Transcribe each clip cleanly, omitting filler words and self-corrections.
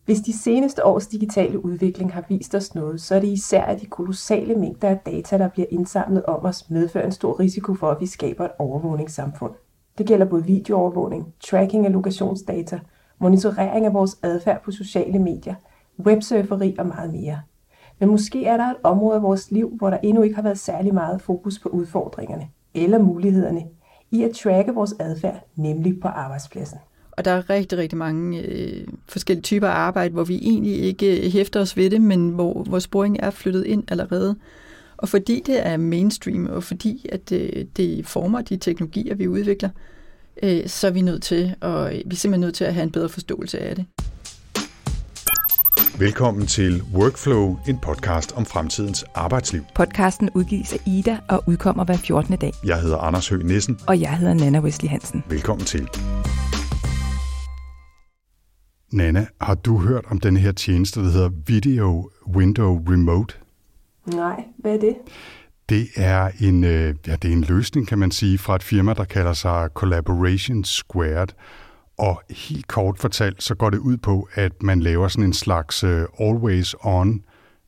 Hvis de seneste års digitale udvikling har vist os noget, så er det især, at de kolossale mængder af data, der bliver indsamlet om os, medfører en stor risiko for, at vi skaber et overvågningssamfund. Det gælder både videoovervågning, tracking af lokationsdata, monitorering af vores adfærd på sociale medier, websurferi og meget mere. Men måske er der et område af vores liv, hvor der endnu ikke har været særlig meget fokus på udfordringerne eller mulighederne i at tracke vores adfærd, nemlig på arbejdspladsen. Og der er rigtig, rigtig mange forskellige typer af arbejde, hvor vi egentlig ikke hæfter os ved det, men hvor sporing er flyttet ind allerede. Og fordi det er mainstream, og fordi at det former de teknologier, vi udvikler, så er vi simpelthen nødt til at have en bedre forståelse af det. Velkommen til Workflow, en podcast om fremtidens arbejdsliv. Podcasten udgives af Ida og udkommer hver 14. dag. Jeg hedder Anders Høgh Nissen. Og jeg hedder Nanna Wesley Hansen. Velkommen til. Nanna, har du hørt om den her tjeneste, der hedder Video Window Remote? Nej, hvad er det? Det er en løsning, kan man sige, fra et firma, der kalder sig Collaboration Squared. Og helt kort fortalt, så går det ud på, at man laver sådan en slags always-on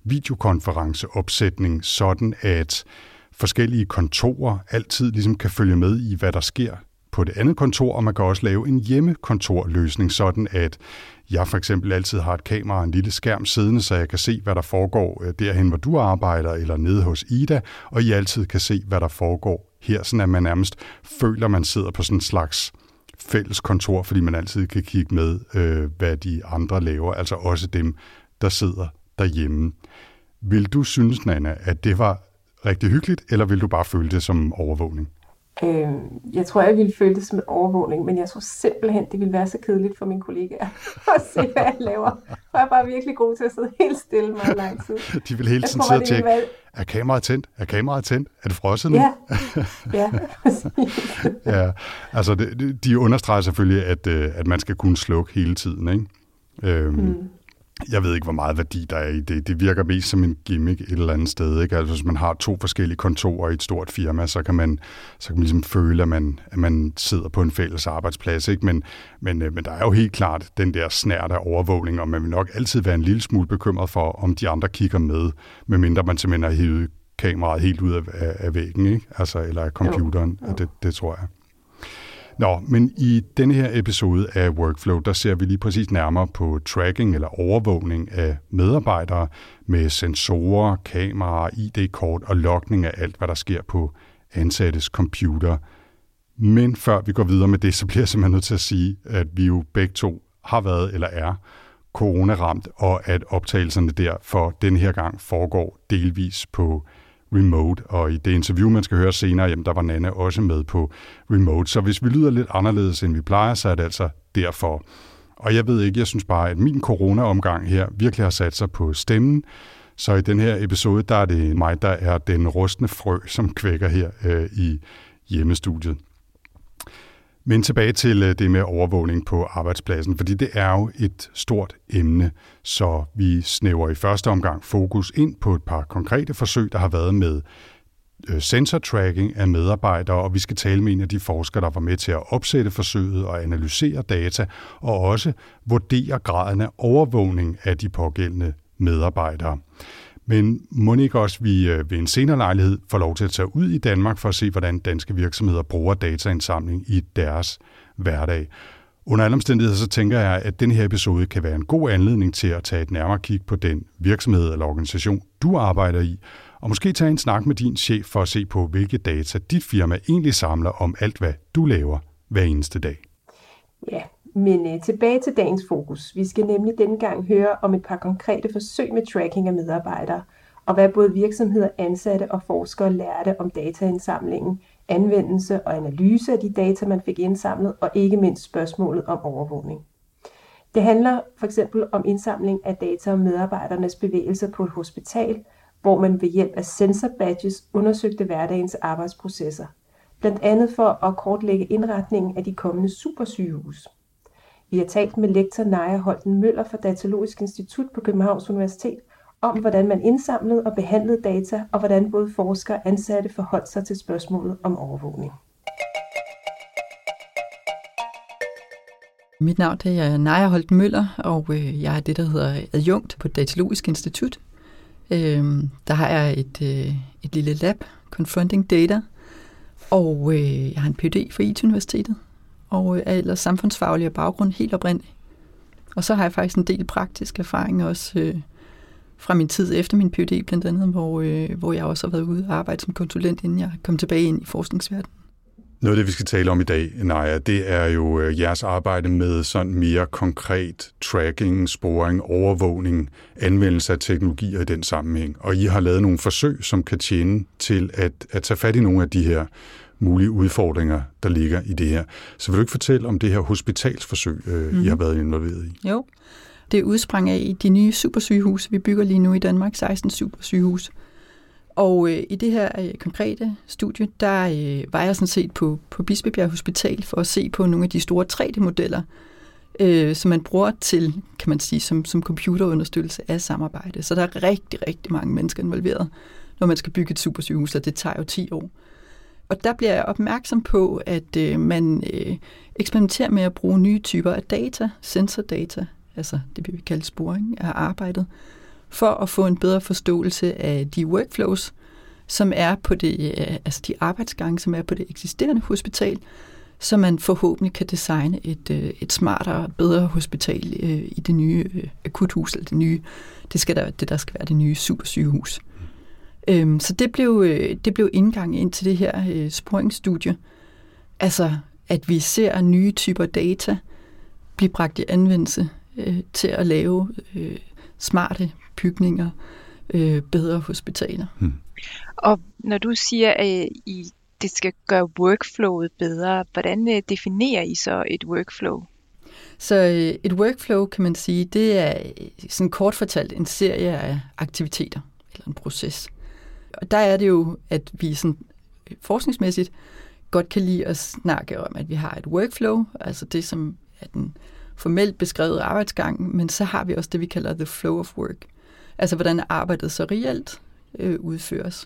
videokonferenceopsætning, sådan at forskellige kontorer altid ligesom kan følge med i, hvad der sker på det andet kontor, og man kan også lave en hjemmekontorløsning, sådan at jeg for eksempel altid har et kamera og en lille skærm siddende, så jeg kan se, hvad der foregår derhen, hvor du arbejder, eller nede hos Ida, og I altid kan se, hvad der foregår her, sådan at man nærmest føler, at man sidder på sådan en slags fælles kontor, fordi man altid kan kigge med, hvad de andre laver, altså også dem, der sidder derhjemme. Vil du synes, Nanna, at det var rigtig hyggeligt, eller vil du bare føle det som overvågning? Jeg tror, jeg ville føle det som en overvågning, men jeg tror simpelthen, det ville være så kedeligt for mine kollegaer at se, hvad jeg laver. Jeg er bare virkelig god til at sidde helt stille meget lang tid. De vil hele tiden sidde og tjekke, er kameraet tændt? Er kameraet tændt? Er det frosset nu? Ja, præcis. Ja, altså de understreger selvfølgelig, at man skal kunne slukke hele tiden, ikke? Jeg ved ikke, hvor meget værdi der er i det. Det virker mest som en gimmick et eller andet sted, ikke? Altså, hvis man har 2 forskellige kontorer i et stort firma, så kan man ligesom føle, at man sidder på en fælles arbejdsplads, ikke? Men der er jo helt klart den der snert af overvågning, og man vil nok altid være en lille smule bekymret for, om de andre kigger med, medmindre man simpelthen har hævet kameraet helt ud af væggen, ikke? Altså, eller af computeren. Jo. Det tror jeg. Nå, men i denne her episode af Workflow, der ser vi lige præcis nærmere på tracking eller overvågning af medarbejdere med sensorer, kameraer, ID-kort og logning af alt, hvad der sker på ansattes computer. Men før vi går videre med det, så bliver jeg simpelthen nødt til at sige, at vi jo begge to har været eller er coronaramt, og at optagelserne der for den her gang foregår delvis på remote, og i det interview, man skal høre senere, jamen, der var Nanna også med på remote. Så hvis vi lyder lidt anderledes, end vi plejer, så er det altså derfor. Og jeg ved ikke, jeg synes bare, at min corona-omgang her virkelig har sat sig på stemmen. Så i den her episode, der er det mig, der er den rustne frø, som kvækker her i hjemmestudiet. Men tilbage til det med overvågning på arbejdspladsen, fordi det er jo et stort emne, så vi snæver i første omgang fokus ind på et par konkrete forsøg, der har været med sensortracking af medarbejdere, og vi skal tale med en af de forskere, der var med til at opsætte forsøget og analysere data, og også vurdere graden af overvågning af de pågældende medarbejdere. Men må ikke også vi ved en senere lejlighed får lov til at tage ud i Danmark for at se, hvordan danske virksomheder bruger dataindsamling i deres hverdag. Under alle omstændigheder så tænker jeg, at den her episode kan være en god anledning til at tage et nærmere kig på den virksomhed eller organisation, du arbejder i, og måske tage en snak med din chef for at se på, hvilke data dit firma egentlig samler om alt, hvad du laver hver eneste dag. Ja, men tilbage til dagens fokus. Vi skal nemlig denne gang høre om et par konkrete forsøg med tracking af medarbejdere, og hvad både virksomheder, ansatte og forskere lærte om dataindsamlingen, anvendelse og analyse af de data, man fik indsamlet, og ikke mindst spørgsmålet om overvågning. Det handler for eksempel om indsamling af data om medarbejdernes bevægelser på et hospital, hvor man ved hjælp af sensor badges undersøgte hverdagens arbejdsprocesser, blandt andet for at kortlægge indretningen af de kommende supersygehus. Vi har talt med lektor Naja Holten Møller fra Datalogisk Institut på Københavns Universitet om, hvordan man indsamlede og behandlede data, og hvordan både forskere og ansatte forholdt sig til spørgsmålet om overvågning. Mit navn er Naja Holt Møller, og jeg er det, der hedder adjunkt på Datalogisk Institut. Der har jeg et lille lab, Confronting Data, og jeg har en Ph.D. fra IT-universitetet, og er ellers samfundsfaglig af baggrund helt oprindeligt. Og så har jeg faktisk en del praktisk erfaring også fra min tid efter min Ph.D. blandt andet, hvor jeg også har været ude og arbejde som konsulent, inden jeg kom tilbage ind i forskningsverdenen. Noget af det, vi skal tale om i dag, Naja, det er jo jeres arbejde med sådan mere konkret tracking, sporing, overvågning, anvendelse af teknologier i den sammenhæng. Og I har lavet nogle forsøg, som kan tjene til at tage fat i nogle af de her mulige udfordringer, der ligger i det her. Så vil du ikke fortælle om det her hospitalsforsøg, I har været involveret i? Jo, det udsprang af de nye supersygehuse. Vi bygger lige nu i Danmark 16 supersygehuse. Og i det her konkrete studie, der var jeg sådan set på Bispebjerg Hospital for at se på nogle af de store 3D-modeller, som man bruger til, kan man sige, som computerunderstøttelse af samarbejde. Så der er rigtig, rigtig mange mennesker involveret, når man skal bygge et supersygehus, og det tager jo 10 år. Og der bliver jeg opmærksom på, at man eksperimenterer med at bruge nye typer af data, sensordata, altså det vi vil kalde sporing af arbejdet, for at få en bedre forståelse af de workflows, som er på det, altså de arbejdsgange, som er på det eksisterende hospital, så man forhåbentlig kan designe et smartere, bedre hospital i det nye akuthus, eller det der skal være det nye supersygehus. Så det blev indgang ind til det her sporingsstudie. Altså, at vi ser nye typer data blive bragt i anvendelse til at lave smarte bygninger, bedre hospitaler. Og når du siger, at det skal gøre workflowet bedre, hvordan definerer I så et workflow? Så et workflow, kan man sige, det er sådan kort fortalt en serie af aktiviteter, eller en proces. Og der er det jo, at vi sådan forskningsmæssigt godt kan lide at snakke om, at vi har et workflow, altså det, som er den formelt beskrevet arbejdsgang, men så har vi også det, vi kalder the flow of work. Altså, hvordan arbejdet så reelt udføres.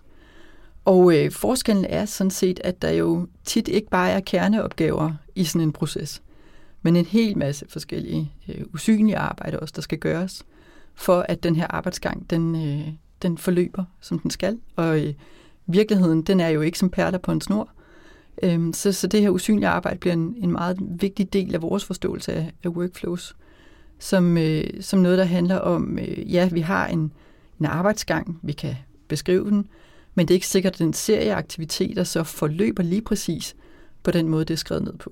Og forskellen er sådan set, at der jo tit ikke bare er kerneopgaver i sådan en proces, men en hel masse forskellige usynlige arbejder også, der skal gøres, for at den her arbejdsgang, den forløber, som den skal. Og virkeligheden, den er jo ikke som perler på en snor. Så det her usynlige arbejde bliver en meget vigtig del af vores forståelse af workflows, som noget, der handler om, vi har en arbejdsgang, vi kan beskrive den, men det er ikke sikkert, at den serie aktiviteter så forløber lige præcis på den måde, det er skrevet ned på.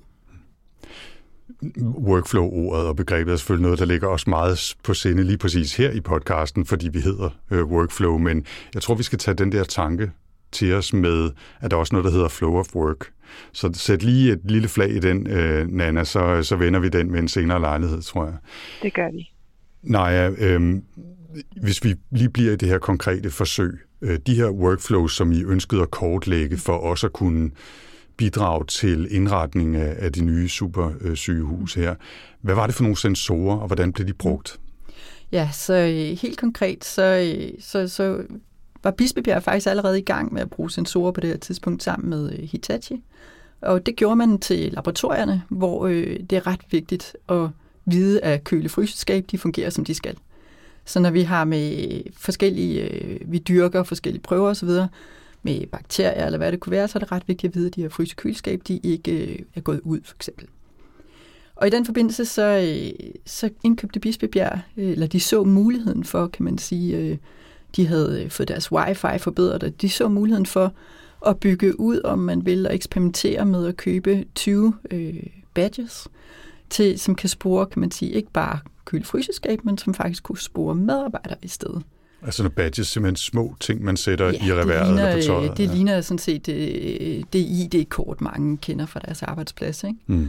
Workflow-ordet og begrebet er selvfølgelig noget, der ligger os meget på sinde lige præcis her i podcasten, fordi vi hedder workflow, men jeg tror, vi skal tage den der tanke til os med, at der er også noget, der hedder flow of work. Så sæt lige et lille flag i den, Nana, så vender vi den med en senere lejlighed, tror jeg. Det gør vi. Naja, hvis vi lige bliver i det her konkrete forsøg, de her workflows, som I ønskede at kortlægge for også at kunne bidrage til indretning af de nye supersygehus her. Hvad var det for nogle sensorer, og hvordan blev de brugt? Ja, så helt konkret, så var Bispebjerg faktisk allerede i gang med at bruge sensorer på det her tidspunkt sammen med Hitachi. Og det gjorde man til laboratorierne, hvor det er ret vigtigt at vide, at køle-fryseskab, de fungerer, som de skal. Så når vi har med vi dyrker forskellige prøver osv., med bakterier eller hvad det kunne være, så er det ret vigtigt at vide, at de her frysekøleskab, de ikke er gået ud, for eksempel. Og i den forbindelse, så indkøbte Bispebjerg, eller de så muligheden for, kan man sige, de havde fået deres wifi forbedret, og de så muligheden for at bygge ud, om man vil, og eksperimentere med at købe 20 badges, som kan spore, kan man sige, ikke bare køle-fryseskab, men som faktisk kunne spore medarbejdere i stedet. Altså nogle badges, simpelthen små ting, man sætter i reverset eller på tøjet? Det ligner sådan set det ID-kort, mange kender fra deres arbejdsplads, ikke?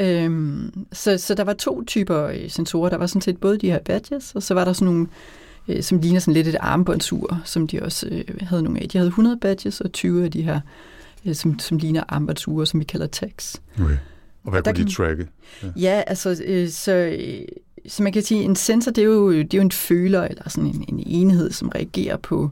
Så der var 2 typer sensorer. Der var sådan set både de her badges, og så var der sådan nogle, som ligner sådan lidt et armbåndsur, som de også havde nogle af. De havde 100 badges, og 20 af de her, som ligner armbåndsure, som vi kalder tags. Okay. Og hvad kunne de tracke? Ja, altså, så man kan sige, en sensor, det er jo en føler, eller sådan en enhed, som reagerer på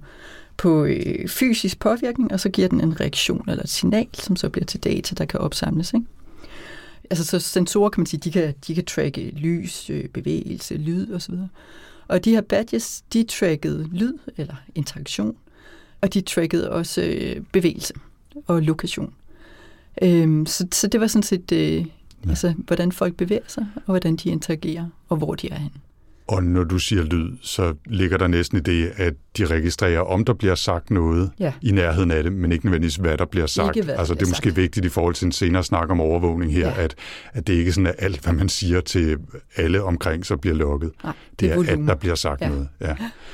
fysisk påvirkning, og så giver den en reaktion eller et signal, som så bliver til data, der kan opsamles, ikke? altså så sensorer, kan man sige, de kan tracke lys, bevægelse, lyd osv. Og de her badges, de trackede lyd eller interaktion, og de trackede også bevægelse og lokation. Så det var sådan set, altså, hvordan folk bevæger sig, og hvordan de interagerer, og hvor de er henne. Og når du siger lyd, så ligger der næsten i det, at de registrerer, om der bliver sagt noget i nærheden af det, men ikke nødvendigvis, hvad der bliver sagt. Altså det er måske vigtigt i forhold til en senere snak om overvågning her, at det ikke er sådan, at alt, hvad man siger til alle omkring, så bliver lukket. Nej, det er, at der bliver sagt noget. Ja.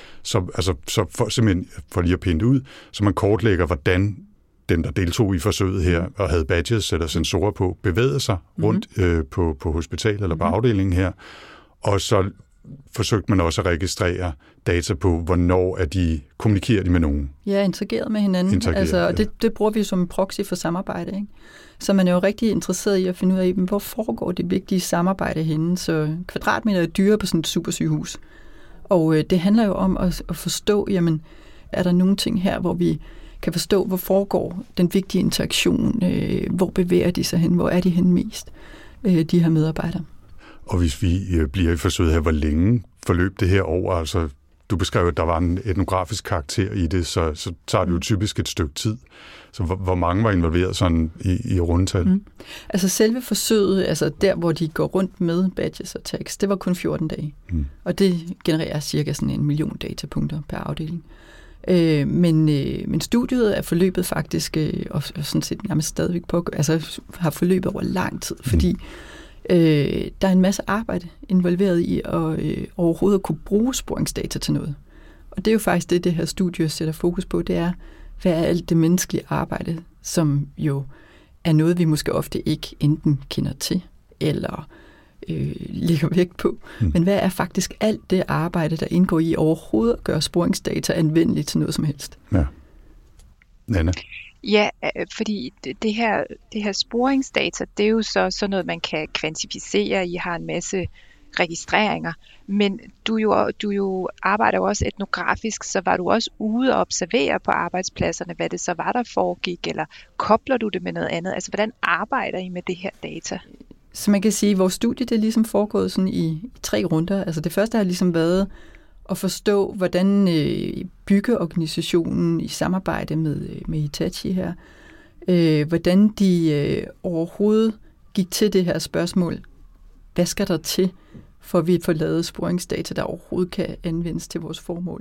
Så simpelthen for lige at pinde ud, så man kortlægger, hvordan dem, der deltog i forsøget her, og havde badges eller sensorer på, bevægede sig rundt på hospitalet eller på afdelingen her, og så forsøgte man også at registrere data på, hvornår kommunikerer de med nogen. Ja, interageret med hinanden. Og det bruger vi som proxy for samarbejde. Ikke? Så man er jo rigtig interesseret i at finde ud af, hvor foregår det vigtige samarbejde henne. Så kvadratmeter er dyre på sådan et supersygehus. Og det handler jo om at forstå, jamen, er der nogle ting her, hvor vi kan forstå, hvor foregår den vigtige interaktion, hvor bevæger de sig hen, hvor er de hen mest, de her medarbejdere. Og hvis vi bliver i forsøget her, hvor længe forløb det her over? Altså, du beskrev, at der var en etnografisk karakter i det, så tager det jo typisk et stykke tid. Så hvor mange var involveret sådan i rundtal? Altså selve forsøget, altså der, hvor de går rundt med badges og tags, det var kun 14 dage. Og det genererer cirka sådan 1 million datapunkter per afdeling. Men studiet er forløbet faktisk, og sådan set nærmest stadigvæk har forløbet over lang tid, fordi der er en masse arbejde involveret i at overhovedet kunne bruge sporingsdata til noget. Og det er jo faktisk det her studie sætter fokus på, det er, hvad er alt det menneskelige arbejde, som jo er noget, vi måske ofte ikke enten kender til, eller lægger vægt på. Men hvad er faktisk alt det arbejde, der indgår i overhovedet at gøre sporingsdata anvendeligt til noget som helst? Ja. Nanna? Ja, fordi det her sporingsdata, det er jo så sådan noget, man kan kvantificere. I har en masse registreringer, men du jo arbejder jo også etnografisk, så var du også ude og observere på arbejdspladserne, hvad det så var, der foregik, eller kobler du det med noget andet? Altså, hvordan arbejder I med det her data? Så man kan sige, at vores studie det er ligesom foregået sådan i 3 runder. Altså det første har ligesom været at forstå, hvordan byggeorganisationen i samarbejde med Hitachi her, hvordan de overhovedet gik til det her spørgsmål. Hvad skal der til, for at vi får lavet sporingsdata, der overhovedet kan anvendes til vores formål?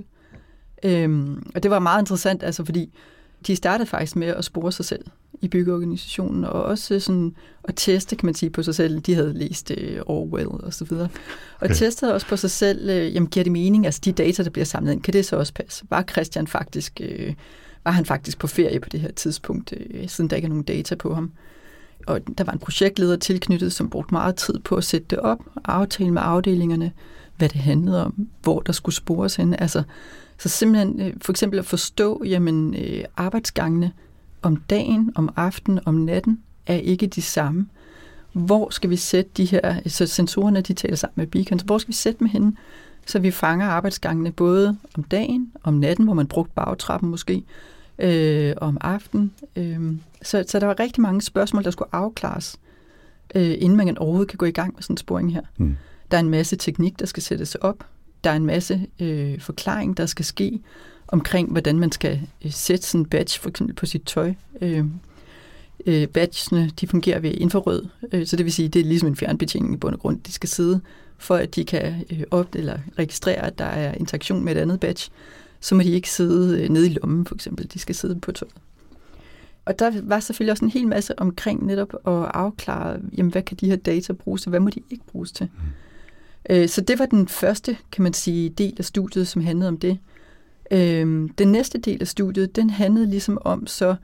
Og det var meget interessant, altså fordi de startede faktisk med at spore sig selv i byggeorganisationen, og også sådan at teste, kan man sige, på sig selv. De havde læst Orwell og så videre. Og testede også på sig selv, jamen giver det mening, altså de data, der bliver samlet ind, kan det så også passe? Var han faktisk på ferie på det her tidspunkt, siden der ikke er nogen data på ham? Og der var en projektleder tilknyttet, som brugte meget tid på at sætte det op, og aftale med afdelingerne, hvad det handlede om, hvor der skulle spores henne. Altså, så simpelthen for eksempel at forstå, jamen arbejdsgangene om dagen, om aftenen, om natten er ikke de samme. Hvor skal vi sætte de her, så sensorerne de taler sammen med beacons, hvor skal vi sætte dem henne, så vi fanger arbejdsgangene både om dagen, om natten, hvor man brugte bagtrappen måske, og om aftenen. Så der var rigtig mange spørgsmål, der skulle afklares, inden man overhovedet kan gå i gang med sådan en sporing her. Der er en masse teknik, der skal sættes op. Der er en masse forklaring, der skal ske omkring, hvordan man skal sætte sådan en badge, for eksempel på sit tøj. Badgesene, de fungerer ved infrarød, så det vil sige, det er ligesom en fjernbetjening i bund og grund. De skal sidde, for at de kan eller registrere, at der er interaktion med et andet badge. Så må de ikke sidde nede i lommen, for eksempel. De skal sidde på tøjet. Og der var selvfølgelig også en hel masse omkring netop at afklare, jamen, hvad kan de her data bruges til, hvad må de ikke bruges til. Så det var den første, kan man sige, del af studiet, som handlede om det. Den næste del af studiet, den handlede ligesom om så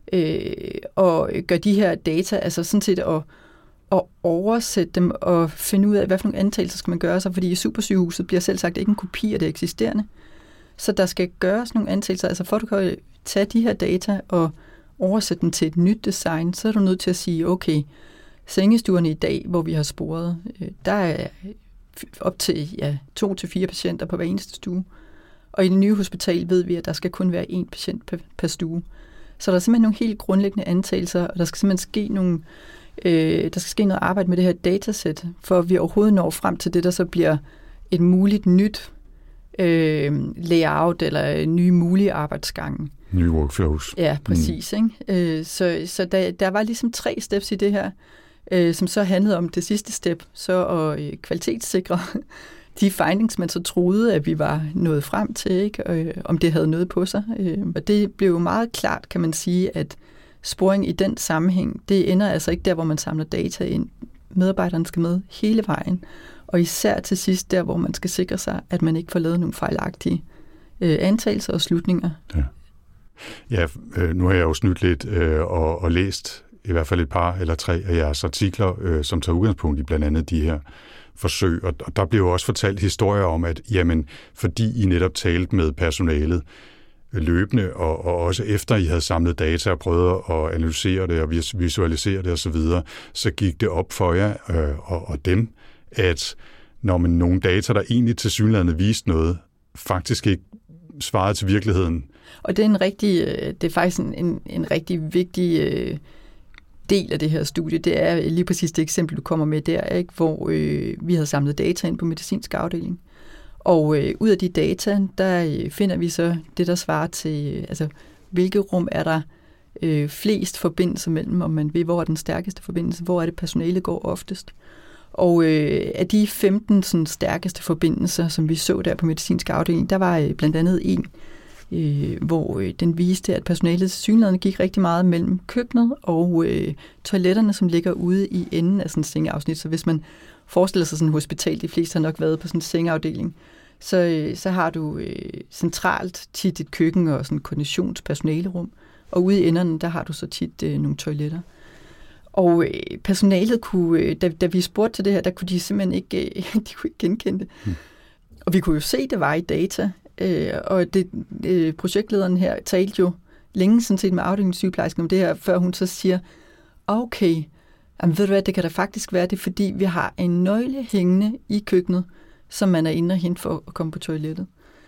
at gøre de her data, altså sådan set at oversætte dem og finde ud af, hvad for nogle antagelser skal man gøre sig, fordi i supersygehuset bliver selv sagt ikke en kopi af det eksisterende. Så der skal gøres nogle antagelser, altså for at du kan tage de her data og oversætte dem til et nyt design, så er du nødt til at sige, okay, sengestuerne i dag, hvor vi har sporet, der er op til 2-4 patienter på hver eneste stue. Og i det nye hospital ved vi, at der skal kun være 1 patient per stue. Så der er simpelthen nogle helt grundlæggende antagelser, og der skal simpelthen ske nogle Der skal ske noget arbejde med det her datasæt, for at vi overhovedet når frem til det, der så bliver et muligt nyt layout eller nye mulige arbejdsgange. Nye workflows. Ja, præcis. Ikke? Så der var ligesom 3 steps i det her, som så handlede om det sidste step, så at kvalitetssikre de findings, man så troede, at vi var nået frem til, ikke? Om det havde noget på sig. Og det blev jo meget klart, kan man sige, at sporing i den sammenhæng, det ender altså ikke der, hvor man samler data ind. Medarbejderne skal med hele vejen, og især til sidst der, hvor man skal sikre sig, at man ikke får lavet nogle fejlagtige antagelser og slutninger. Ja, nu har jeg jo snydt lidt og læst i hvert fald et par eller 3 af jeres artikler, som tager udgangspunkt i blandt andet de her forsøg, og der blev jo også fortalt historier om, at jamen, fordi I netop talte med personalet løbende, og også efter I havde samlet data og prøvet at analysere det og visualisere det osv., så gik det op for jer og dem, at når man nogle data, der egentlig tilsyneladende viste noget, faktisk ikke svarede til virkeligheden. Og det er faktisk en rigtig vigtig del af det her studie. Det er lige præcis det eksempel, du kommer med der, ikke? Hvor vi havde samlet data ind på medicinsk afdeling. Og ud af de data, der finder vi så det, der svarer til, altså hvilke rum er der flest forbindelser mellem, om man ved, hvor er den stærkeste forbindelse, hvor er det personale går oftest. Og af de 15 sådan, stærkeste forbindelser, som vi så der på medicinsk afdeling, der var blandt andet en, hvor den viste, at personalet tilsyneladende gik rigtig meget mellem køkkenet og toiletterne, som ligger ude i enden af sådan en sengeafsnit. Så hvis man forestiller sig sådan et hospital, de fleste har nok været på sådan en sengeafdeling, så har du centralt tit et køkken og sådan et koordinationspersonalerum, og ude i enderne, der har du så tit nogle toiletter. Og personalet kunne, da vi spurgte til det her, der kunne de simpelthen ikke, de kunne ikke genkende det. Og vi kunne jo se, at det var i data, og projektlederen her talte jo længe sådan set med afdelingssygeplejersken om det her, før hun så siger, okay, jamen ved du hvad, det kan da faktisk være det, fordi vi har en nøgle hængende i køkkenet, som man er inde og hente for at komme på toilettet.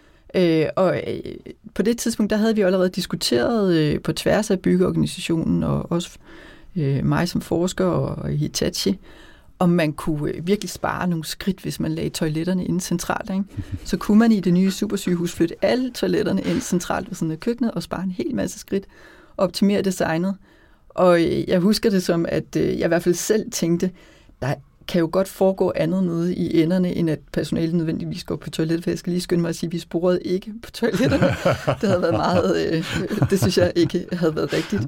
På det tidspunkt, der havde vi allerede diskuteret på tværs af byggeorganisationen, og også mig som forsker og Hitachi, om man kunne virkelig spare nogle skridt, hvis man lagde toiletterne inde centralt. Ikke? Så kunne man i det nye supersygehus flytte alle toiletterne ind centralt ved sådan et køkkenet og spare en hel masse skridt og optimere designet. Og jeg husker det som, at jeg i hvert fald selv tænkte, der kan jo godt foregå andet nede i enderne, end at personalet nødvendigvis går på toilettet, for jeg skal lige skynde mig at sige, at vi sporede ikke på toiletterne. Det havde været meget, det synes jeg ikke havde været rigtigt.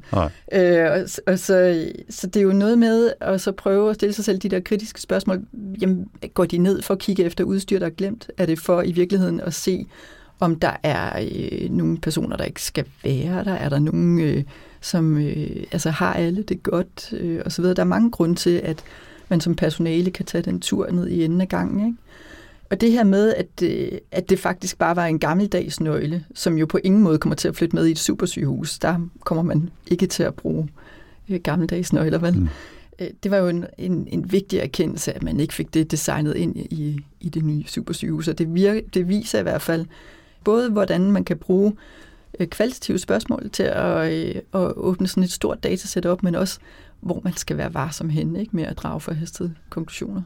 Så det er jo noget med at så prøve at stille sig selv de der kritiske spørgsmål. Jamen, går de ned for at kigge efter udstyr, der er glemt? Er det for i virkeligheden at se, om der er nogle personer, der ikke skal være der? Er der nogen, som har alle det godt? Og så videre. Der er mange grunde til, at man som personale kan tage den tur ned i enden af gangen. Ikke? Og det her med, at det faktisk bare var en gammeldags nøgle, som jo på ingen måde kommer til at flytte med i et supersygehus. Der kommer man ikke til at bruge gammeldags nøgler, vel? Det var jo en vigtig erkendelse, at man ikke fik det designet ind i det nye supersygehus. Og det viser i hvert fald både, hvordan man kan bruge kvalitative spørgsmål til at åbne sådan et stort datasæt op, men også hvor man skal være varsom henne, ikke, med at drage forhastede konklusioner.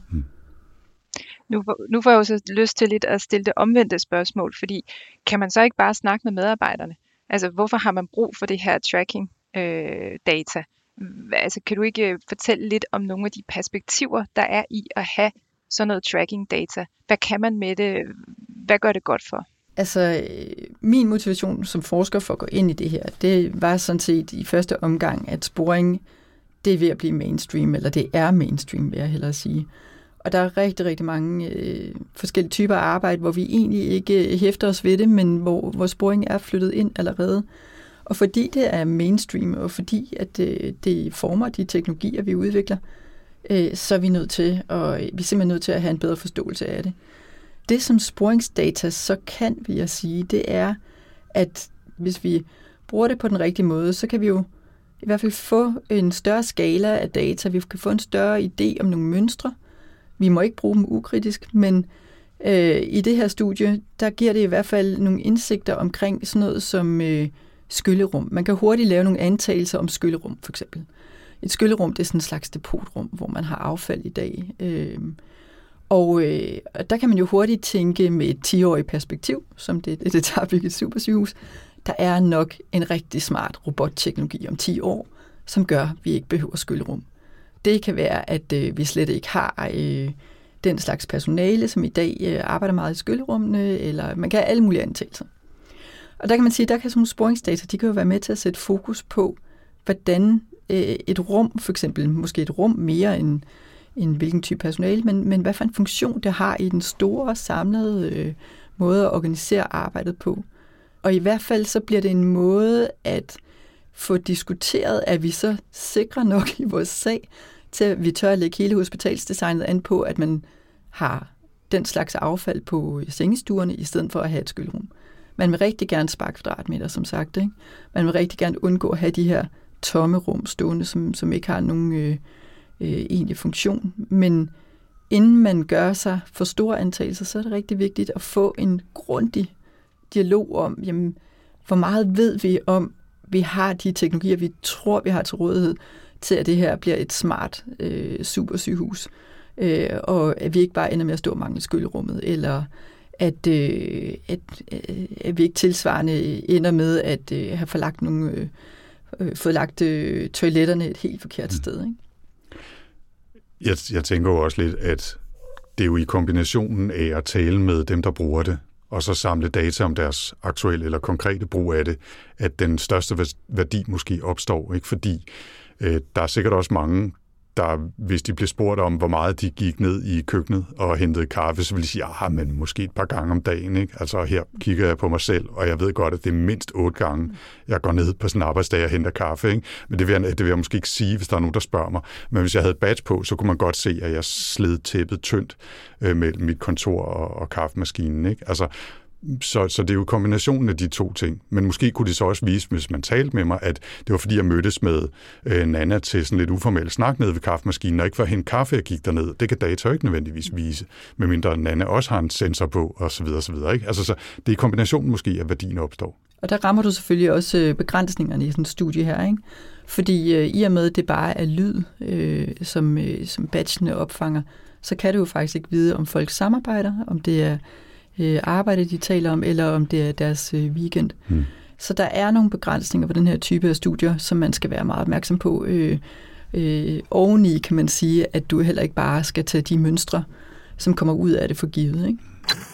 Nu får jeg jo så lyst til lidt at stille det omvendte spørgsmål, fordi kan man så ikke bare snakke med medarbejderne? Altså, hvorfor har man brug for det her tracking data? Altså, kan du ikke fortælle lidt om nogle af de perspektiver, der er i at have sådan noget tracking data? Hvad kan man med det? Hvad gør det godt for? Altså, min motivation som forsker for at gå ind i det her, det var sådan set i første omgang, at sporing, det er ved at blive mainstream, eller det er mainstream, vil jeg hellere sige. Og der er rigtig, rigtig mange forskellige typer af arbejde, hvor vi egentlig ikke hæfter os ved det, men hvor sporing er flyttet ind allerede. Og fordi det er mainstream, og fordi at det former de teknologier, vi udvikler, så er vi simpelthen nødt til at have en bedre forståelse af det. Det, som sporingsdata så kan, vil jeg sige, det er, at hvis vi bruger det på den rigtige måde, så kan vi jo i hvert fald få en større skala af data. Vi kan få en større idé om nogle mønstre. Vi må ikke bruge dem ukritisk, men i det her studie, der giver det i hvert fald nogle indsigter omkring sådan noget som skyllerum. Man kan hurtigt lave nogle antagelser om skyllerum, for eksempel. Et skyllerum, det er sådan en slags depotrum, hvor man har affald i dag. Og der kan man jo hurtigt tænke med et 10-årigt perspektiv, som det tager at bygge et supersygehus. Der er nok en rigtig smart robotteknologi om 10 år, som gør, at vi ikke behøver skyllerum. Det kan være, at vi slet ikke har den slags personale, som i dag arbejder meget i skyllerummene, eller man kan have alle mulige antagelser. Og der kan man sige, at der kan sådan nogle sporingsdata, de kan jo være med til at sætte fokus på, hvordan et rum, for eksempel måske et rum mere end hvilken type personale, men hvad for en funktion det har i den store, samlede måde at organisere arbejdet på. Og i hvert fald så bliver det en måde at få diskuteret, at vi så sikre nok i vores sag, til at vi tør at lægge hele hospitalsdesignet an på, at man har den slags affald på sengestuerne, i stedet for at have et skyllerum. Man vil rigtig gerne spare kvadratmeter, som sagt. Ikke? Man vil rigtig gerne undgå at have de her tomme rum stående, som ikke har nogen egentlig funktion. Men inden man gør sig for store antagelser, så er det rigtig vigtigt at få en grundig dialog om, jamen, hvor meget ved vi om, vi har de teknologier, vi tror, vi har til rådighed, til at det her bliver et smart supersygehus, og at vi ikke bare ender med at stå og mangle skyllerummet, eller at vi ikke tilsvarende ender med at have fået lagt toiletterne et helt forkert sted. Ikke? Jeg tænker jo også lidt, at det er jo i kombinationen af at tale med dem, der bruger det, og så samle data om deres aktuelle eller konkrete brug af det, at den største værdi måske opstår. Ikke? Fordi der er sikkert også mange, der, hvis de blev spurgt om, hvor meget de gik ned i køkkenet og hentede kaffe, så ville de sige, men måske et par gange om dagen. Ikke? Altså her kigger jeg på mig selv, og jeg ved godt, at det er mindst 8 gange, jeg går ned på sådan en arbejdsdag og henter kaffe. Ikke? Men det vil jeg måske ikke sige, hvis der er nogen, der spørger mig. Men hvis jeg havde badge på, så kunne man godt se, at jeg sled tæppet tyndt mellem mit kontor og kaffemaskinen. Ikke? Altså, så det er jo kombinationen af de to ting. Men måske kunne det så også vise, hvis man talte med mig, at det var fordi, jeg mødtes med Nana til sådan lidt uformel snak nede ved kaffemaskinen, og ikke for at hente kaffe, jeg gik derned. Det kan data jo ikke nødvendigvis vise, medmindre Nana også har en sensor på, og så videre, så videre. Ikke? Altså, så det er kombinationen måske, at værdien opstår. Og der rammer du selvfølgelig også begrænsningerne i sådan et studie her, ikke? Fordi i og med, at det bare er lyd, som badgene opfanger, så kan du jo faktisk ikke vide, om folk samarbejder, om det er arbejde, de taler om, eller om det er deres weekend. Så der er nogle begrænsninger på den her type af studier, som man skal være meget opmærksom på. Oveni kan man sige, at du heller ikke bare skal tage de mønstre, som kommer ud af det for givet. Ikke?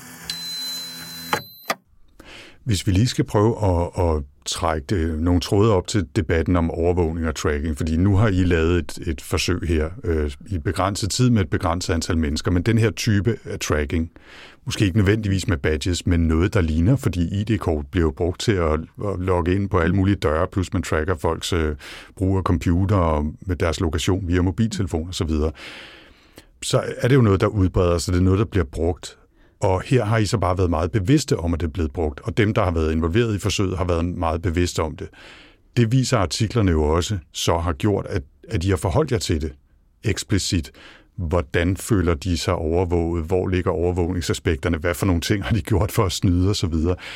Hvis vi lige skal prøve at trække nogle tråde op til debatten om overvågning og tracking, fordi nu har I lavet et forsøg her i begrænset tid med et begrænset antal mennesker, men den her type af tracking, måske ikke nødvendigvis med badges, men noget, der ligner, fordi ID-kort bliver jo brugt til at logge ind på alle mulige døre, plus man tracker folks brug af computer og med deres lokation via mobiltelefon osv. Så er det jo noget, der udbreder sig, det er noget, der bliver brugt. Og her har I så bare været meget bevidste om, at det er blevet brugt, og dem, der har været involveret i forsøget, har været meget bevidste om det. Det viser artiklerne jo også, så har gjort, at I har forholdt jer til det eksplicit. Hvordan føler de sig overvåget? Hvor ligger overvågningsaspekterne? Hvad for nogle ting har de gjort for at snyde osv.?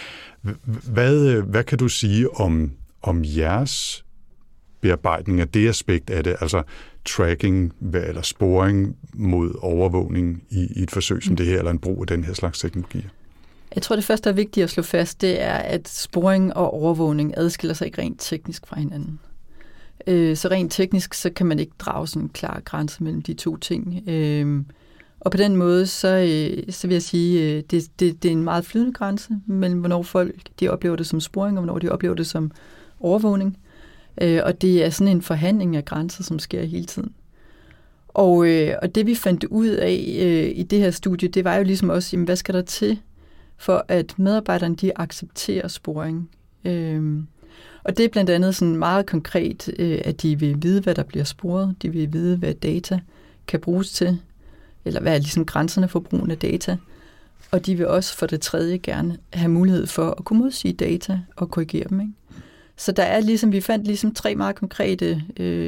Hvad kan du sige om jeres bearbejdning af det aspekt af det, altså tracking eller sporing mod overvågning i et forsøg som det her, eller en brug af den her slags teknologier? Jeg tror, det første, der er vigtigt at slå fast, det er, at sporing og overvågning adskiller sig ikke rent teknisk fra hinanden. Så rent teknisk, så kan man ikke drage sådan en klar grænse mellem de to ting. Og på den måde, så vil jeg sige, det er en meget flydende grænse mellem, hvornår folk de oplever det som sporing, og hvornår de oplever det som overvågning. Og det er sådan en forhandling af grænser, som sker hele tiden. Og det vi fandt ud af i det her studie, det var jo ligesom også, jamen, hvad skal der til, for at medarbejderne de accepterer sporing. Og det er blandt andet sådan meget konkret, at de vil vide, hvad der bliver sporet, de vil vide, hvad data kan bruges til, eller hvad er ligesom grænserne for brugen af data. Og de vil også for det tredje gerne have mulighed for at kunne modsige data og korrigere dem, ikke? Så der er ligesom, vi fandt ligesom 3 meget konkrete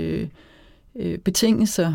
betingelser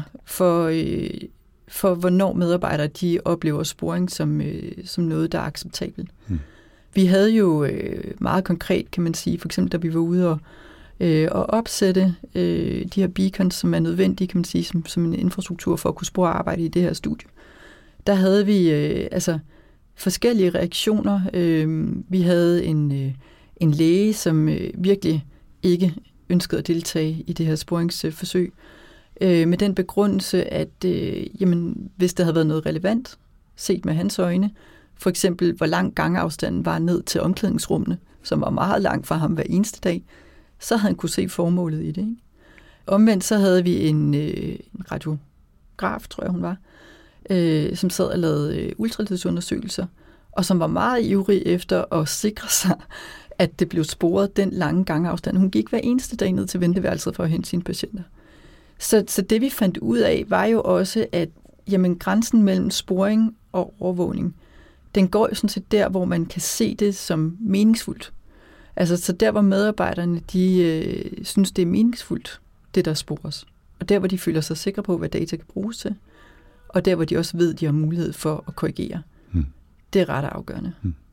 for hvornår medarbejdere de oplever sporing som noget, der er acceptabelt. Vi havde jo meget konkret, kan man sige, for eksempel da vi var ude og og opsætte de her beacons, som er nødvendige, kan man sige, som en infrastruktur for at kunne spore arbejde i det her studie. Der havde vi forskellige reaktioner. Vi havde en læge, som virkelig ikke ønskede at deltage i det her sporingsforsøg, med den begrundelse, at hvis der havde været noget relevant, set med hans øjne, for eksempel hvor lang gangafstanden var ned til omklædningsrummene, som var meget langt fra ham hver eneste dag, så havde han kunne se formålet i det. Ikke? Omvendt så havde vi en radiograf, tror jeg hun var, som sad og lavede ultralydsundersøgelser, og som var meget ivrig efter at sikre sig, at det blev sporet den lange gangafstand. Hun gik hver eneste dag ned til venteværelset for at hente sine patienter. Så det vi fandt ud af, var jo også, at grænsen mellem sporing og overvågning, den går jo sådan set der, hvor man kan se det som meningsfuldt. Altså så der, hvor medarbejderne, de synes, det er meningsfuldt, det der spores. Og der, hvor de føler sig sikre på, hvad data kan bruges til. Og der, hvor de også ved, de har mulighed for at korrigere. Det er ret afgørende.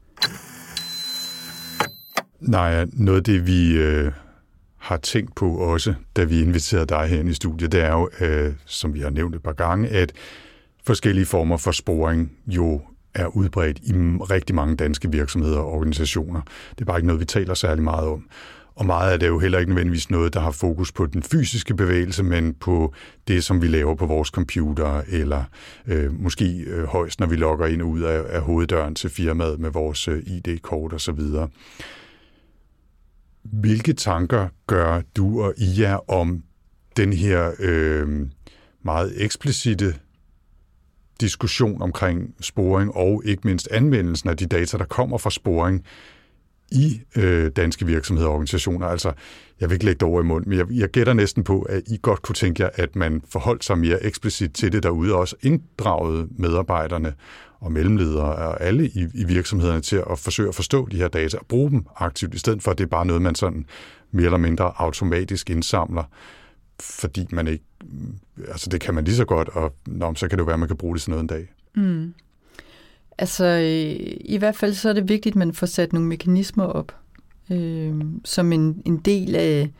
Nej, noget af det, vi har tænkt på også, da vi inviterede dig herinde i studiet, det er jo, som vi har nævnt et par gange, at forskellige former for sporing jo er udbredt i rigtig mange danske virksomheder og organisationer. Det er bare ikke noget, vi taler særlig meget om. Og meget af det er jo heller ikke nødvendigvis noget, der har fokus på den fysiske bevægelse, men på det, som vi laver på vores computer, eller måske højst, når vi logger ind og ud af hoveddøren til firmaet med vores ID-kort osv. Hvilke tanker gør du og IA om den her meget eksplicite diskussion omkring sporing og ikke mindst anvendelsen af de data, der kommer fra sporing i danske virksomheder og organisationer? Altså, jeg vil ikke lægge det over i mund, men jeg gætter næsten på, at I godt kunne tænke jer, at man forholdt sig mere eksplicit til det derude, og også inddragede medarbejderne og mellemledere og alle i virksomhederne til at forsøge at forstå de her data og bruge dem aktivt, i stedet for at det er bare noget, man sådan mere eller mindre automatisk indsamler, fordi man ikke, altså det kan man lige så godt, og så kan det jo være, at man kan bruge det sådan noget en dag. Altså, i hvert fald så er det vigtigt, at man får sat nogle mekanismer op, som en del af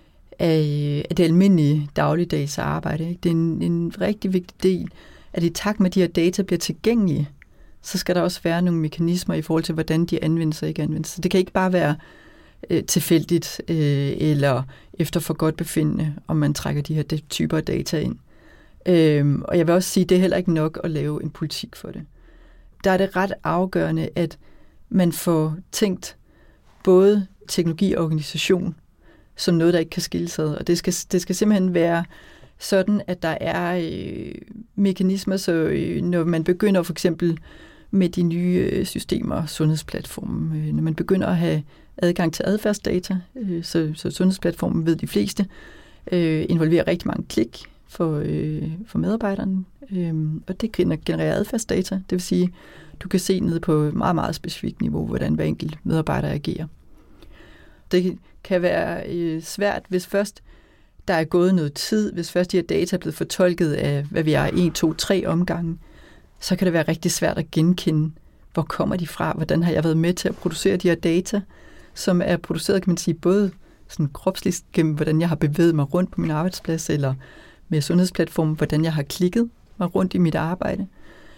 det almindelige dagligdags arbejde. Ikke? Det er en rigtig vigtig del, at i takt med, at de her data bliver tilgængelige, så skal der også være nogle mekanismer i forhold til, hvordan de anvendes og ikke anvendes. Så det kan ikke bare være tilfældigt eller efter for godt befindende, om man trækker de her typer af data ind. Og jeg vil også sige, at det er heller ikke nok at lave en politik for det. Der er det ret afgørende, at man får tænkt både teknologi og organisation som noget, der ikke kan skilles ad. Og det skal simpelthen være sådan, at der er mekanismer, så når man begynder for eksempel med de nye systemer, sundhedsplatformen, når man begynder at have adgang til adfærdsdata, så sundhedsplatformen ved de fleste, involverer rigtig mange klik for medarbejderne, og det genererer adfærdsdata, det vil sige, du kan se ned på et meget, meget specifikt niveau, hvordan hver enkelt medarbejder agerer. Det kan være svært, hvis først der er gået noget tid, hvis først de her data er blevet fortolket af, hvad vi er, 1, 2, 3 omgange, så kan det være rigtig svært at genkende, hvor kommer de fra, hvordan har jeg været med til at producere de her data, som er produceret, kan man sige, både sådan kropsligt gennem, hvordan jeg har bevæget mig rundt på min arbejdsplads, eller med sundhedsplatformen, hvordan jeg har klikket mig rundt i mit arbejde.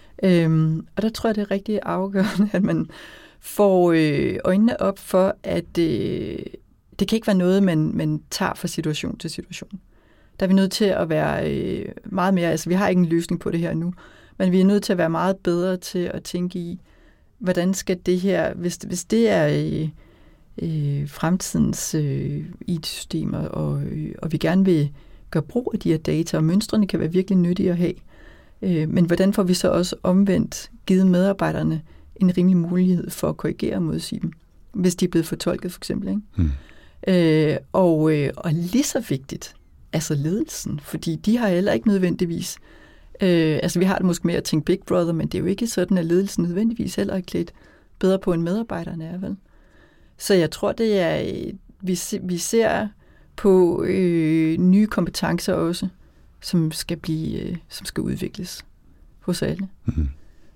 Og der tror jeg, det er rigtig afgørende, at man får øjnene op for, at det kan ikke være noget, man tager fra situation til situation. Der er vi nødt til at være meget mere, altså vi har ikke en løsning på det her nu, men vi er nødt til at være meget bedre til at tænke i, hvordan skal det her, hvis det er fremtidens IT-systemer, og vi gerne vil gøre brug af de her data, og mønstrene kan være virkelig nyttige at have. Men hvordan får vi så også omvendt givet medarbejderne en rimelig mulighed for at korrigere og modsige dem, hvis de er blevet fortolket for eksempel. Ikke? Og lige så vigtigt, altså ledelsen, fordi de har heller ikke nødvendigvis, altså vi har det måske med at tænke Big Brother, men det er jo ikke sådan, at ledelsen nødvendigvis heller er klædt bedre på, end medarbejderne er, vel? Så jeg tror, det er, vi ser på nye kompetencer også, som skal udvikles hos alle.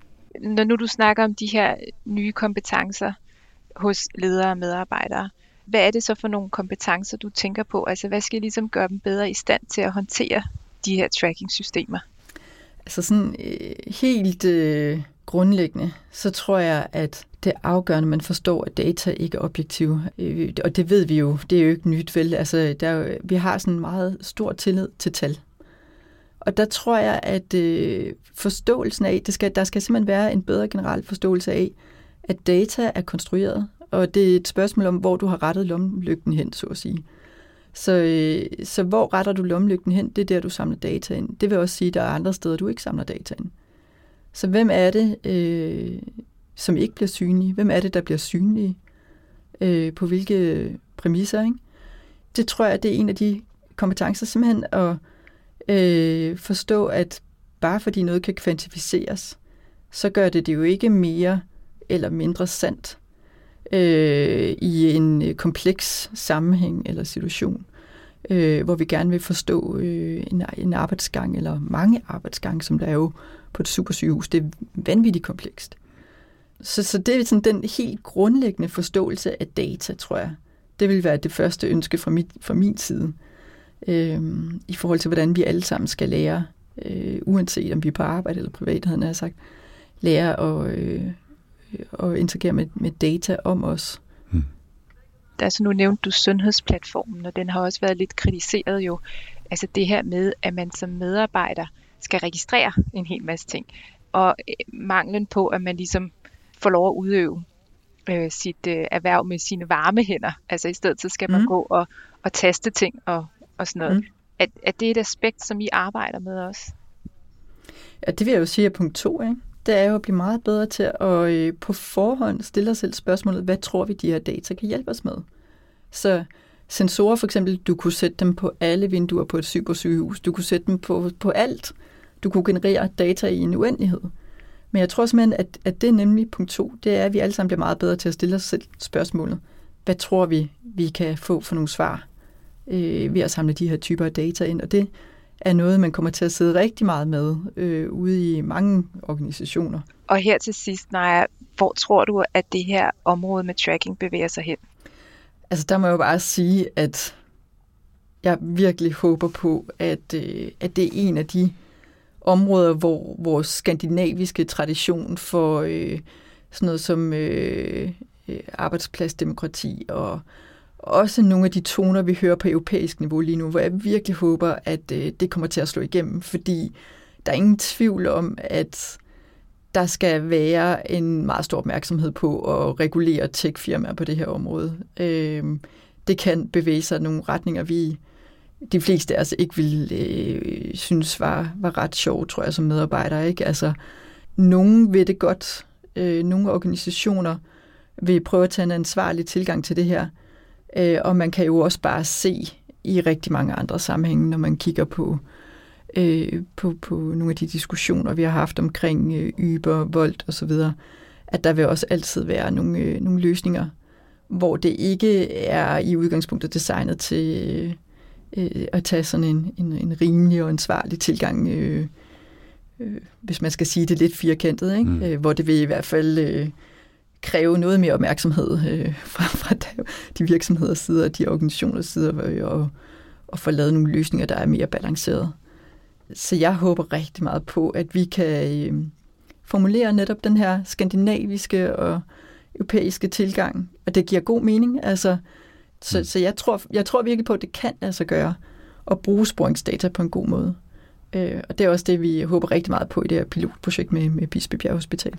Når nu du snakker om de her nye kompetencer hos ledere og medarbejdere, hvad er det så for nogle kompetencer, du tænker på? Altså, hvad skal ligesom gøre dem bedre i stand til at håndtere de her tracking-systemer? Altså sådan helt grundlæggende, så tror jeg, at det er afgørende, at man forstår, at data ikke er objektive. Og det ved vi jo, det er jo ikke nyt, vel? Altså, vi har sådan en meget stor tillid til tal. Og der tror jeg, at forståelsen af, der skal simpelthen være en bedre generel forståelse af, at data er konstrueret, og det er et spørgsmål om, hvor du har rettet lommelygten hen, så at sige. Så hvor retter du lommelygten hen, det er der, du samler data ind. Det vil også sige, at der er andre steder, du ikke samler data ind. Så hvem er det, som ikke bliver synlige? Hvem er det, der bliver synlige? På hvilke præmisser, ikke? Det tror jeg, det er en af de kompetencer, simpelthen at forstå, at bare fordi noget kan kvantificeres, så gør det jo ikke mere eller mindre sandt i en kompleks sammenhæng eller situation, hvor vi gerne vil forstå en arbejdsgang eller mange arbejdsgange, som der er jo på et supersygehus. Det er vanvittigt komplekst. Så det er sådan den helt grundlæggende forståelse af data, tror jeg. Det vil være det første ønske fra min side, i forhold til, hvordan vi alle sammen skal lære, uanset om vi er på arbejde eller privat, havde jeg sagt, lære at interagere med data om os. Altså nu nævnte du sundhedsplatformen, og den har også været lidt kritiseret jo. Altså det her med, at man som medarbejder skal registrere en hel masse ting, og manglen på, at man ligesom får lov at udøve sit erhverv med sine varme hænder. Altså i stedet så skal man gå og taste ting og sådan noget. Er det et aspekt, som I arbejder med også? Ja, det vil jeg jo sige er punkt 2, ikke? Det er jo at blive meget bedre til at på forhånd stille os selv spørgsmålet, hvad tror vi, de her data kan hjælpe os med? Så sensorer for eksempel, du kunne sætte dem på alle vinduer på et supersygehus. Du kunne sætte dem på alt. Du kunne generere data i en uendelighed. Men jeg tror simpelthen, at det er nemlig punkt 2. Det er, at vi alle sammen bliver meget bedre til at stille os selv spørgsmålet. Hvad tror vi kan få for nogle svar ved at samle de her typer af data ind? Og det er noget, man kommer til at sidde rigtig meget med ude i mange organisationer. Og her til sidst, Naja, hvor tror du, at det her område med tracking bevæger sig hen? Altså der må jeg jo bare sige, at jeg virkelig håber på, at det er en af de områder, hvor vores skandinaviske tradition for sådan noget som arbejdspladsdemokrati og også nogle af de toner, vi hører på europæisk niveau lige nu, hvor jeg virkelig håber, at det kommer til at slå igennem, fordi der er ingen tvivl om, at der skal være en meget stor opmærksomhed på at regulere tech-firmaer på det her område. Det kan bevæge sig nogle retninger, de fleste af os ikke ville synes var ret sjovt, tror jeg, som medarbejdere. Ikke? Altså, nogen vil det godt. Nogle organisationer vil prøve at tage en ansvarlig tilgang til det her. Og man kan jo også bare se i rigtig mange andre sammenhænge, når man kigger på nogle af de diskussioner, vi har haft omkring Uber, Volt osv., at der vil også altid være nogle løsninger, hvor det ikke er i udgangspunktet designet til at tage sådan en rimelig og ansvarlig tilgang, hvis man skal sige det lidt firkantet, ikke? Hvor det vil i hvert fald kræve noget mere opmærksomhed fra de virksomheders side og de organisationers side og få lavet nogle løsninger, der er mere balancerede. Så jeg håber rigtig meget på, at vi kan formulere netop den her skandinaviske og europæiske tilgang, og det giver god mening. Altså, så jeg tror virkelig på, at det kan altså gøre at bruge sporingsdata på en god måde. Og det er også det, vi håber rigtig meget på i det her pilotprojekt med Bispebjerg Hospital.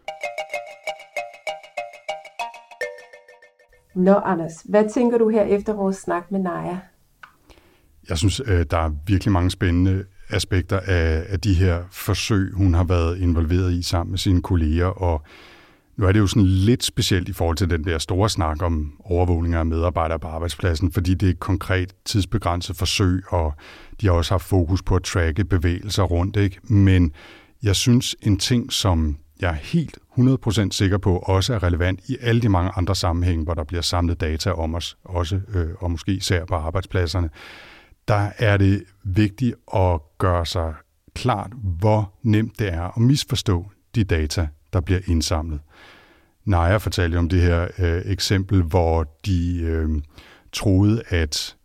Nå, Anders, hvad tænker du her efter vores snak med Naja? Jeg synes, der er virkelig mange spændende aspekter af de her forsøg, hun har været involveret i sammen med sine kolleger, og nu er det jo sådan lidt specielt i forhold til den der store snak om overvågning af medarbejdere på arbejdspladsen, fordi det er et konkret tidsbegrænset forsøg, og de har også haft fokus på at tracke bevægelser rundt, ikke? Men jeg synes, en ting, som jeg er helt 100% sikker på, også er relevant i alle de mange andre sammenhænge, hvor der bliver samlet data om os, også og måske især på arbejdspladserne, der er det vigtigt at gøre sig klart, hvor nemt det er at misforstå de data, der bliver indsamlet. Naja fortalte om det her eksempel, hvor de troede, at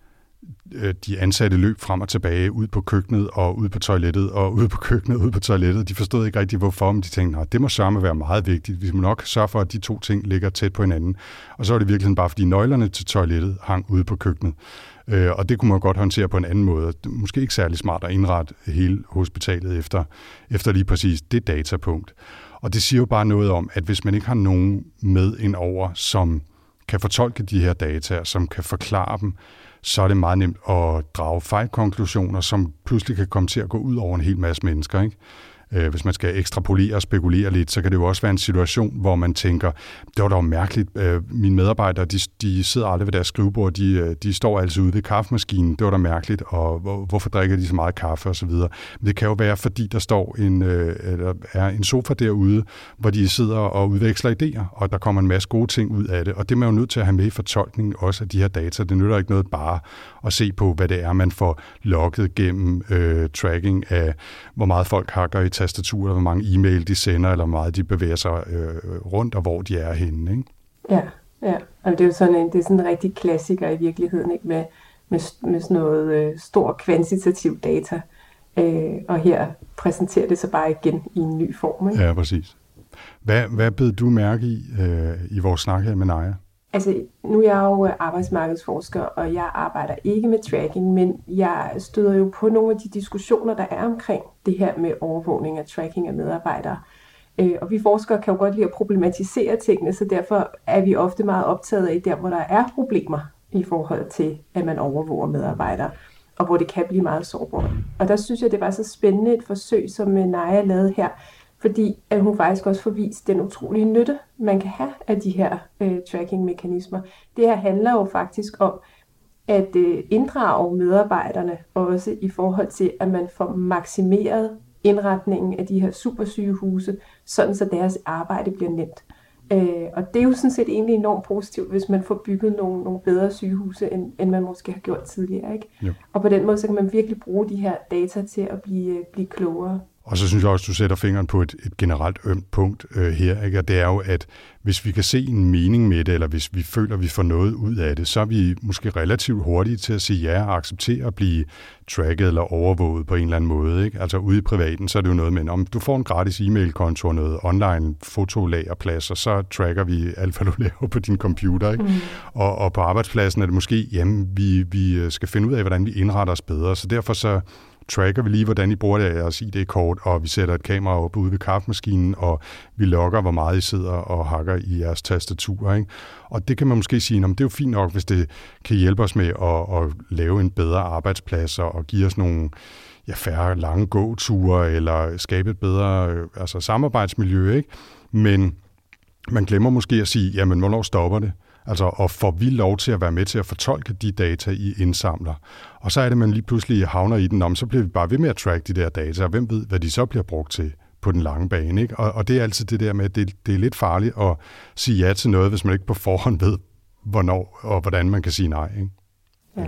de ansatte løb frem og tilbage ud på køkkenet og ud på toilettet og ud på køkkenet og ud på toilettet. De forstod ikke rigtig, hvorfor, men de tænkte, det må sørme være meget vigtigt. Vi må nok sørge for, at de to ting ligger tæt på hinanden. Og så var det virkelig bare, fordi nøglerne til toilettet hang ude på køkkenet. Og det kunne man godt håndtere på en anden måde. Måske ikke særlig smart at indrette hele hospitalet efter lige præcis det datapunkt. Og det siger jo bare noget om, at hvis man ikke har nogen med ind over, som kan fortolke de her data, som kan forklare dem, så er det meget nemt at drage fejlkonklusioner, som pludselig kan komme til at gå ud over en hel masse mennesker, ikke? Hvis man skal ekstrapolere og spekulere lidt, så kan det jo også være en situation, hvor man tænker, det var dog mærkeligt, mine medarbejdere, de sidder aldrig ved deres skrivebord, de står altså ude ved kaffemaskinen, det var da mærkeligt, og hvorfor drikker de så meget kaffe osv. Men det kan jo være, fordi der står er en sofa derude, hvor de sidder og udveksler idéer, og der kommer en masse gode ting ud af det, og det er man jo nødt til at have med i fortolkningen også af de her data. Det nytter ikke noget bare at se på, hvad det er, man får logget gennem tracking af, hvor meget folk hakker i tastaturet, hvor mange e-mail de sender, eller hvor meget de bevæger sig rundt, og hvor de er henne, ikke? Ja. Og det er jo sådan en rigtig klassiker i virkeligheden, ikke? Med sådan noget stor kvantitativ data. Og her præsenterer det sig bare igen i en ny form, ikke? Ja, præcis. Hvad bed du mærke i vores snak her med Naja? Altså, nu er jeg jo arbejdsmarkedsforsker, og jeg arbejder ikke med tracking, men jeg støder jo på nogle af de diskussioner, der er omkring det her med overvågning og tracking af medarbejdere. Og vi forskere kan jo godt lide at problematisere tingene, så derfor er vi ofte meget optaget af der, hvor der er problemer i forhold til, at man overvåger medarbejdere, og hvor det kan blive meget sårbart. Og der synes jeg, det var så spændende et forsøg, som Naja lavede her, fordi at hun faktisk også får vist den utrolige nytte, man kan have af de her tracking-mekanismer. Det her handler jo faktisk om at inddrage medarbejderne, også i forhold til, at man får maksimeret indretningen af de her supersygehuse, sådan så deres arbejde bliver nemt. Og det er jo sådan set egentlig enormt positivt, hvis man får bygget nogle bedre sygehuse, end man måske har gjort tidligere, ikke? Jo. Og på den måde, så kan man virkelig bruge de her data til at blive klogere. Og så synes jeg også, du sætter fingeren på et generelt ømt punkt her, ikke? Og det er jo, at hvis vi kan se en mening med det, eller hvis vi føler, at vi får noget ud af det, så er vi måske relativt hurtige til at sige ja og acceptere at blive tracket eller overvåget på en eller anden måde, ikke? Altså ude i privaten, så er det jo noget med, om du får en gratis e-mail-konto og noget online fotolagerplads, og så tracker vi alt, hvad du laver på din computer, ikke? Og på arbejdspladsen er det måske, jamen, vi skal finde ud af, hvordan vi indretter os bedre, så derfor så tracker vi lige, hvordan I bruger jeres ID-kort, og vi sætter et kamera op ude ved kaffemaskinen, og vi logger, hvor meget I sidder og hakker i jeres tastatur, ikke? Og det kan man måske sige, det er jo fint nok, hvis det kan hjælpe os med at lave en bedre arbejdsplads og give os nogle færre lange gåture, eller skabe et bedre samarbejdsmiljø, ikke? Men man glemmer måske at sige, jamen, hvornår stopper det? Altså, og får vi lov til at være med til at fortolke de data, I indsamler? Og så er det, man lige pludselig havner i den, så bliver vi bare ved med at track de der data, og hvem ved, hvad de så bliver brugt til på den lange bane, ikke? Og det er altid det der med, at det er lidt farligt at sige ja til noget, hvis man ikke på forhånd ved, hvornår og hvordan man kan sige nej, ikke? Ja.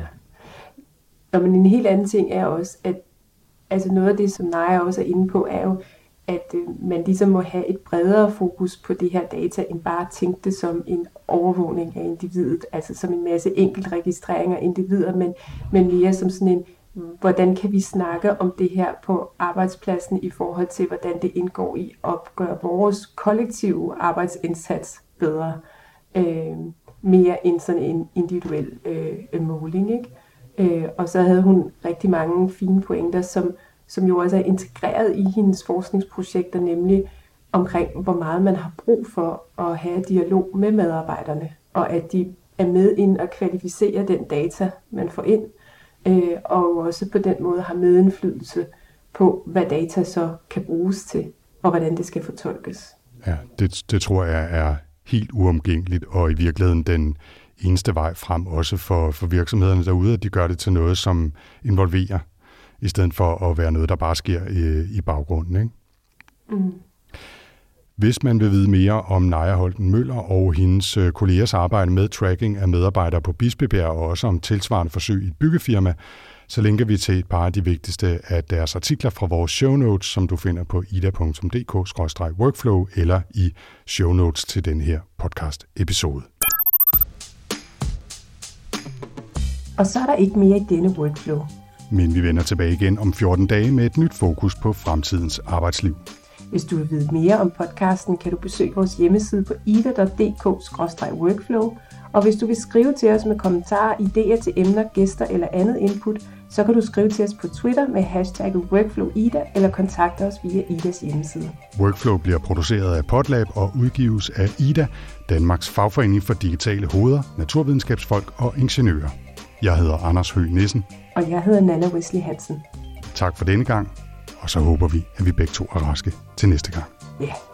Og men en helt anden ting er også, at altså noget af det, som Naja også er inde på, er jo, at man ligesom må have et bredere fokus på det her data, end bare at tænke det som en overvågning af individet, altså som en masse enkeltregistreringer af individer, men mere som sådan en, hvordan kan vi snakke om det her på arbejdspladsen i forhold til, hvordan det indgår i at gøre vores kollektive arbejdsindsats bedre, mere end sådan en individuel måling, ikke? Og så havde hun rigtig mange fine pointer, som jo også er integreret i hendes forskningsprojekter, nemlig omkring, hvor meget man har brug for at have dialog med medarbejderne, og at de er med ind og kvalificere den data, man får ind, og også på den måde har medindflydelse på, hvad data så kan bruges til, og hvordan det skal fortolkes. Ja, det tror jeg er helt uomgængeligt, og i virkeligheden den eneste vej frem, også for virksomhederne derude, at de gør det til noget, som involverer, i stedet for at være noget, der bare sker i baggrunden, ikke? Mm. Hvis man vil vide mere om Naja Holten Møller og hendes kollegers arbejde med tracking af medarbejdere på Bispebjerg, og også om tilsvarende forsøg i et byggefirma, så linker vi til et par af de vigtigste af deres artikler fra vores show notes, som du finder på ida.dk/workflow eller i show notes til den her podcast-episode. Og så er der ikke mere i denne workflow. Men vi vender tilbage igen om 14 dage med et nyt fokus på fremtidens arbejdsliv. Hvis du vil vide mere om podcasten, kan du besøge vores hjemmeside på ida.dk/workflow. Og hvis du vil skrive til os med kommentarer, idéer til emner, gæster eller andet input, så kan du skrive til os på Twitter med #WorkflowIda eller kontakte os via Idas hjemmeside. Workflow bliver produceret af Podlab og udgives af Ida, Danmarks fagforening for digitale hoveder, naturvidenskabsfolk og ingeniører. Jeg hedder Anders Høgh Nissen. Og jeg hedder Nanna Wesley Hansen. Tak for denne gang, og så håber vi, at vi begge to er raske til næste gang. Ja.